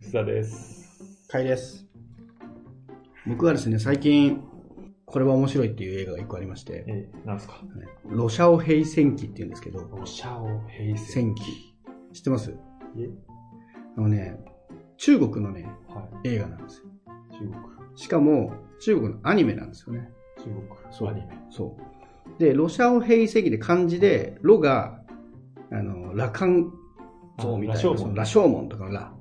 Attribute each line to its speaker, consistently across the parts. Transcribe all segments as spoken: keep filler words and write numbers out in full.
Speaker 1: 須田です。
Speaker 2: かいです。僕はですね、最近、これは面白いっていう映画が一個ありまして。
Speaker 1: えー、なんですか？
Speaker 2: ロシャオヘイ戦記って言うんですけど。
Speaker 1: ロシャオヘイ戦記。
Speaker 2: 知ってます？
Speaker 1: え
Speaker 2: あのね、中国のね、はい、映画なんですよ。
Speaker 1: 中国。し
Speaker 2: かも、中国のアニメなんですよね。
Speaker 1: 中国。そう。アニメ。
Speaker 2: そう。で、ロシャオヘイ戦記で漢字で、ロが、あの、羅漢像みたいな。羅生門。羅生門とかの羅。はい、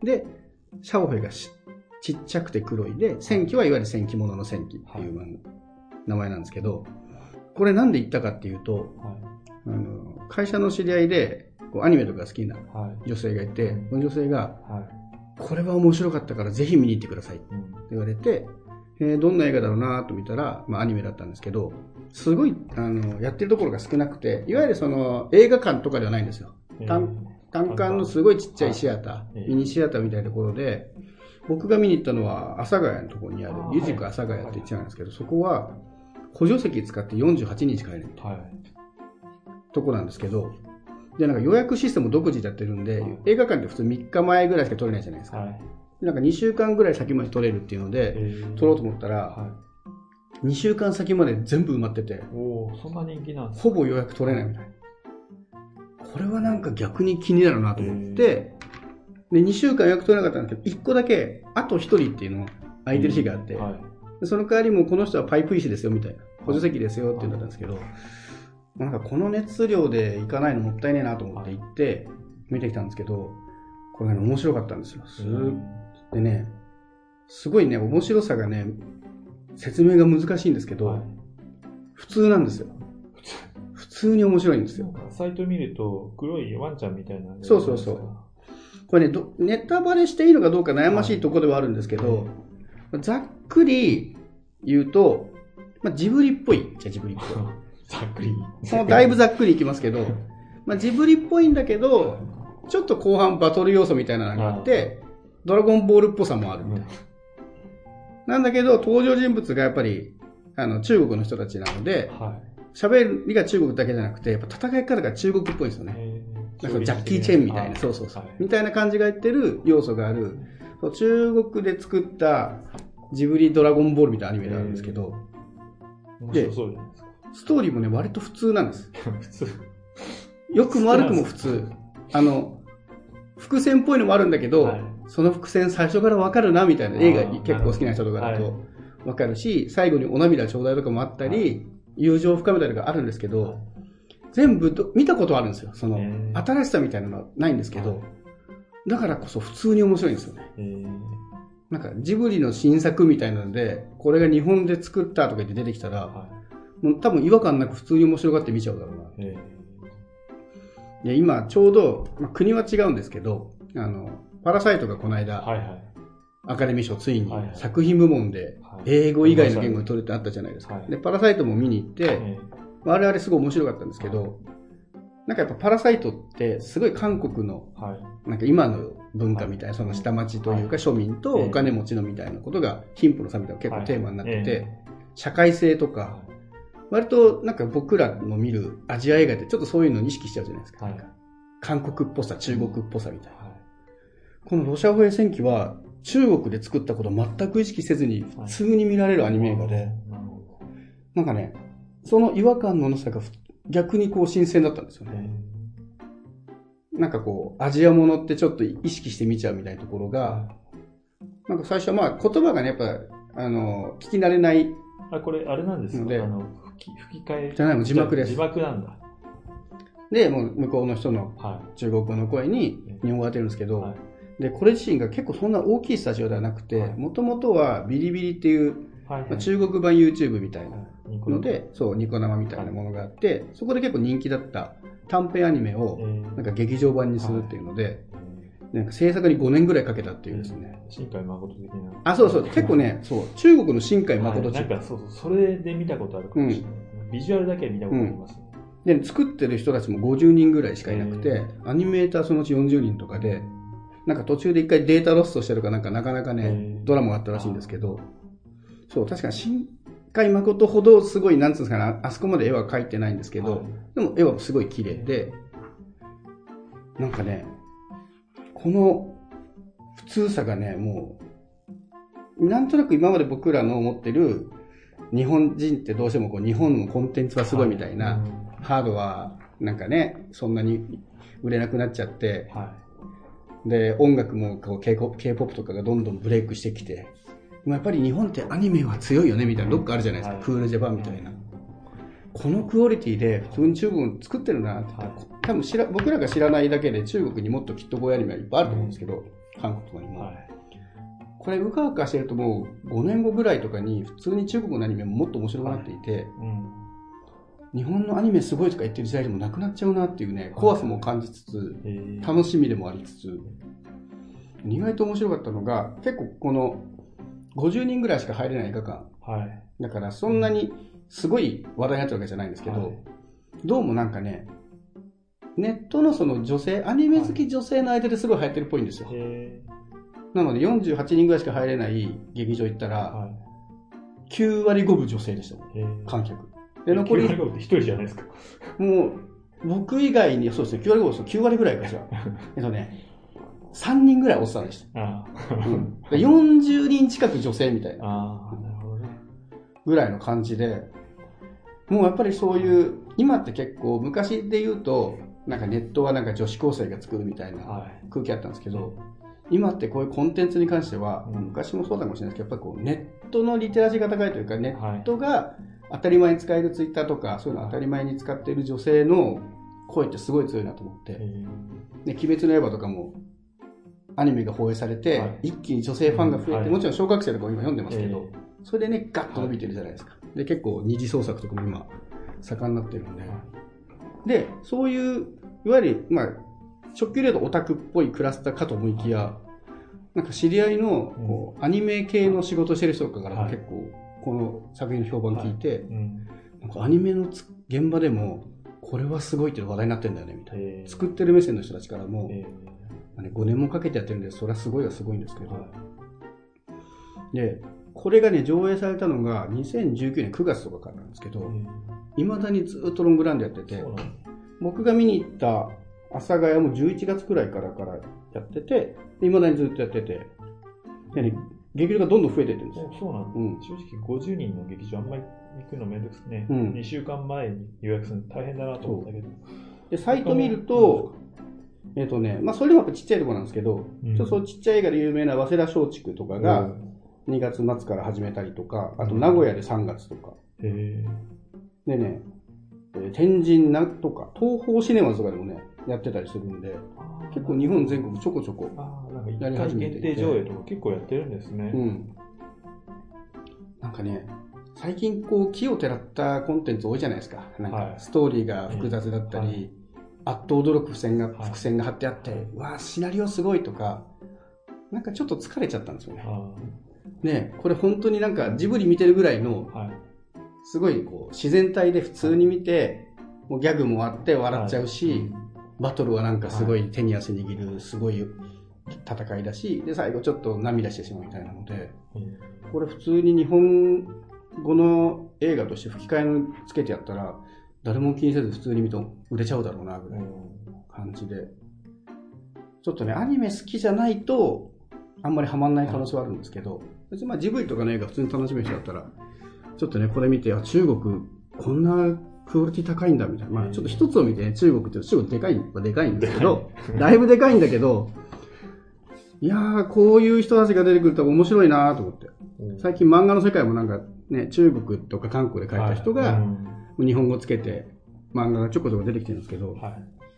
Speaker 2: で、シャオヘイがちっちゃくて黒いで、戦記はいわゆる戦記物の戦記っていう、はい、名前なんですけど、これなんで言ったかっていうと、はい、あの会社の知り合いでこうアニメとか好きな女性がいて、はい、この女性が、はい、これは面白かったからぜひ見に行ってくださいって言われて、うん、えー、どんな映画だろうなと見たら、まあ、アニメだったんですけど、すごいあのやってるところが少なくて、いわゆるその映画館とかではないんですよ。えー、単館のすごいちっちゃいシアター、はい、ミニシアターみたいなところで、僕が見に行ったのは阿佐ヶ谷のところにあるゆじく阿佐ヶ谷って言っちゃうんですけど、そこは補助席使ってよんじゅうはちにんしか入れない、はい、とこなんですけど、でなんか予約システム独自でやってるんで、はい、映画館って普通みっかまえぐらいしか取れないじゃないですか、はい、なんかにしゅうかんぐらい先まで取れるっていうので取ろうと思ったら、はい、にしゅうかん先まで全部埋まってて、
Speaker 1: おー、そんな人気なんですか？
Speaker 2: ほぼ予約取れないみたいな。これはなんか逆に気になるなと思って、でにしゅうかん予約取れなかったんですけど、いっこだけあとひとりっていうの空いてる日があって、はい、でその代わりもこの人はパイプ椅子ですよみたいな、補助席ですよって言ったんですけど、はい、なんかこの熱量で行かないのもったいねえなと思って行って見てきたんですけど、これね面白かったんですよ。すでね、すごいね面白さがね説明が難しいんですけど、はい、普通なんですよ。普通に面白いんですよ。
Speaker 1: サイト見ると黒いワンちゃんみたいな。
Speaker 2: そうそうそう。これねど、ネタバレしていいのかどうか悩ましいところではあるんですけど、はい、ざっくり言うと、まあ、ジブリっぽい。じゃジブリっぽい。
Speaker 1: ざっくり。
Speaker 2: そのだいぶざっくりいきますけど、まあ、ジブリっぽいんだけど、ちょっと後半バトル要素みたいなのがあって、ドラゴンボールっぽさもあるみたいな。なんだけど、登場人物がやっぱり、あの、中国の人たちなので、喋、はい、りが中国だけじゃなくて、やっぱ戦い方が中国っぽいんですよね。なんかジャッキー・チェンみたいな、そうそうそう、はい、みたいな感じが言ってる要素がある、中国で作ったジブリドラゴンボールみたいなアニメがあるんですけど、
Speaker 1: で、そうじゃないですか。
Speaker 2: ストーリーもね、割と普通なんです。
Speaker 1: 普通。
Speaker 2: 良くも悪くも普通。あの、伏線っぽいのもあるんだけど、はい、その伏線最初からわかるなみたいな、映画結構好きな人とかだとわかるし、はい、最後にお涙ちょうだいとかもあったり、はい、友情を深めたりとかあるんですけど、はい、全部ど見たことあるんですよ。その、新しさみたいなのはないんですけど、だからこそ普通に面白いんですよね。なんかジブリの新作みたいなので、これが日本で作ったとか言って出てきたら、はい、もう多分違和感なく普通に面白がって見ちゃうだろうな。いや今ちょうど、まあ、国は違うんですけど、あの、パラサイトがこの間、はいはい、アカデミー賞ついに作品部門で英語以外の言語に取るってあったじゃないですか。はい、で、パラサイトも見に行って、はい我々すごい面白かったんですけど、なんかやっぱパラサイトってすごい韓国の、なんか今の文化みたいな、その下町というか庶民とお金持ちのみたいなことが貧富の差みたいな結構テーマになってて、社会性とか、割となんか僕らの見るアジア映画ってちょっとそういうのを意識しちゃうじゃないですか。韓国っぽさ、中国っぽさみたいな。このロシア語や戦記は中国で作ったことを全く意識せずに普通に見られるアニメ映画で、なんかね、その違和感のなさが逆にこう新鮮だったんですよね。なんかこう、アジアものってちょっと意識して見ちゃうみたいなところが、なんか最初はまあ言葉がね、やっぱ、あの、聞き慣れない。
Speaker 1: あ、これあれなんですか？あの、吹き、吹き替え。
Speaker 2: じゃないもん、字幕です。
Speaker 1: 字幕なんだ。
Speaker 2: で、もう向こうの人の中国語の声に日本語が当てるんですけど、はい、で、これ自身が結構そんな大きいスタジオではなくて、もともとはビリビリっていう、はいはいまあ、中国版 YouTube みたいなので、そう、ニコ生みたいなものがあって、そこで結構人気だった短編アニメをなんか劇場版にするっていうので、なんか制作にごねんぐらいかけたっていうですね。
Speaker 1: 新海誠的な。
Speaker 2: あ、そうそう。結構ね、そう、中国の新海誠
Speaker 1: 的な。なんかそうそう、それで見たことあるかもしれない。うん、ビジュアルだけは見たことありますね。
Speaker 2: うん、で、作ってる人たちもごじゅうにんぐらいしかいなくて、アニメーターそのうちよんじゅうにんとかで、なんか途中で一回データロストしてるかなんかなかなかね、ドラマがあったらしいんですけど、そう、確かに新海誠ほどすごい、なんつうんですかね、あそこまで絵は描いてないんですけど、はい、でも絵はすごい綺麗で、なんかね、この普普通さがね、もう、なんとなく今まで僕らの思ってる、日本人ってどうしてもこう日本のコンテンツはすごいみたいな、はい、ハードはなんかね、そんなに売れなくなっちゃって、はい、で、音楽もこう K-ポップ とかがどんどんブレイクしてきて、やっぱり日本ってアニメは強いよねみたいな、どっかあるじゃないですか、はい、クールジャパンみたいな。このクオリティで普通に中国作ってるなって言ったら、はい、多分知ら僕らが知らないだけで中国にもっときっとこういうアニメはいっぱいあると思うんですけど、うん、韓国とかにも。はい、これうかうかしてるともうごねんごぐらいとかに普通に中国のアニメももっと面白くなっていて、はい、うん、日本のアニメすごいとか言ってる時代でもなくなっちゃうなっていうね、怖さも感じつつ、楽しみでもありつつ、意外と面白かったのが、結構このごじゅうにんぐらいしか入れない映画館。はい、だからそんなにすごい話題になってるわけじゃないんですけど、はい、どうもなんかね、ネットのその女性、アニメ好き女性の間ですごい流行ってるっぽいんですよ。はい、なのでよんじゅうはちにんぐらいしか入れない劇場行ったら、はい、きゅうわりごぶ女性でしたもん、観客。
Speaker 1: で、残り。きゅうわりごぶってひとりじゃないですか。
Speaker 2: もう、僕以外に、そうですね、きゅうわりごぶです。きゅうわりぐらいかしら。えっとね、さんにんぐらいおっさんでした。あうん、よんじゅうにん近く女性みたいな。あなるほどね。ぐらいの感じで、もうやっぱりそういう、今って結構昔で言うと、なんかネットはなんか女子高生が作るみたいな空気あったんですけど、はい、今ってこういうコンテンツに関しては、うん、昔もそうかもしれないですけど、やっぱりこうネットのリテラシーが高いというか、ネットが当たり前に使えるツイッターとか、そういうの当たり前に使っている女性の声ってすごい強いなと思って、で、鬼滅の刃とかもアニメが放映されて、はい、一気に女性ファンが増えて、はい、もちろん小学生とかも今読んでますけど、それでね、ガッと伸びてるじゃないですか。で、結構二次創作とかも今、盛んになってるんで。で、そういう、いわゆる、まあ、直球で言うとオタクっぽいクラスターかと思いきや、なんか知り合いのこう、うん、アニメ系の仕事してる人とかから結構、この作品の評判聞いて、はいうん、なんかアニメの現場でも、これはすごいって話題になってんだよね、みたいな。作ってる目線の人たちからも、まあね、ごねんもかけてやってるんで、それはすごいはすごいんですけど、はい、で、これがね、上映されたのがにせんじゅうきゅうねんくがつとかからなんですけど、いまだにずっとロングランでやってて、僕が見に行った阿佐ヶ谷もじゅういちがつくらいからからやってて、いまだにずっとやってて、でね、劇場がどんどん増えていってるんですよ。
Speaker 1: そうなんです、うん、正直ごじゅうにんの劇場あんまり行くのめんどくさいね、うん。にしゅうかんまえに予約するの大変だなと思ったけど。
Speaker 2: で、サイト見ると、えっとね、まあそれでもやっぱちっちゃいところなんですけど、うん、そうちっちゃい映画で有名な早稲田松竹とかがにがつまつから始めたりとか、あと名古屋でさんがつとか。うん、でね、天神なとか、東宝シネマズとかでもね、やってたりするんで、結構日本全国ちょこちょこ
Speaker 1: やり始めていて。限定上映とか結構やってるんですね。うん。
Speaker 2: なんかね、最近こう、木をてらったコンテンツ多いじゃないですか。なんか、ストーリーが複雑だったり、はい、あっと驚く付箋が、伏線が貼ってあって、はい、わぁ、シナリオすごいとか、なんかちょっと疲れちゃったんですよね。ね、これ本当になんかジブリ見てるぐらいの、はい、すごいこう自然体で普通に見て、もうギャグもあって笑っちゃうし、はい、バトルはなんかすごい手に汗握るすごい戦いだし、で最後ちょっと涙してしまうみたいなので、うん、これ普通に日本語の映画として吹き替えのつけてやったら誰も気にせず普通に見ると売れちゃうだろうなぐらいの感じで、ちょっとねアニメ好きじゃないとあんまりハマんない可能性はあるんですけど、別にまあジブリとかの映画普通に楽しめる人だったらちょっとねこれ見て、あ中国こんなクオリティ高いんだみたいな、まあちょっと一つを見てね、中国って中国でかいはでかいんですけど、だいぶでかいんだけど、いやーこういう人たちが出てくると面白いなと思って、最近漫画の世界もなんかね中国とか韓国で書いた人が日本語つけて漫画がちょこちょこ出てきてるんですけど、はい、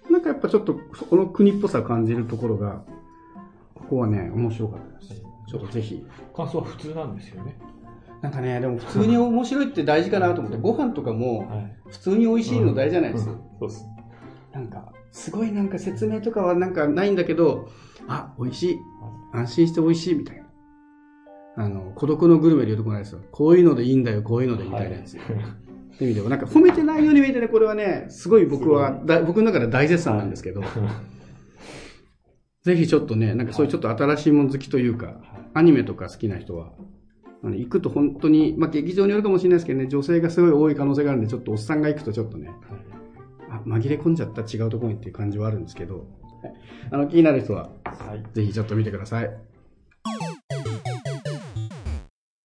Speaker 2: なんかやっぱちょっとこの国っぽさを感じるところがここはね面白かったです。ちょっとぜひ。
Speaker 1: 感想は普通なんですよね。
Speaker 2: なんかね、でも普通に面白いって大事かなと思って、ご飯とかも普通に美味しいの大事じゃないですか。うんうん、そうです。なんか、すごいなんか説明とかはなんかないんだけど、あ、美味しい。安心して美味しいみたいな。あの、孤独のグルメで言うとこないですよ。こういうのでいいんだよ、こういうのでみたいなやつ。はい、って意味では、なんか褒めてないように見えてね、これはね、すごい僕は、だ僕の中で大絶賛なんですけど、はい、ぜひちょっとね、なんかそういうちょっと新しいもの好きというか、アニメとか好きな人は、行くと本当に、まあ、劇場によるかもしれないですけどね、女性がすごい多い可能性があるんで、ちょっとおっさんが行くとちょっとね、あ紛れ込んじゃった違うところにっていう感じはあるんですけど、あの気になる人は、ぜひちょっと見てください。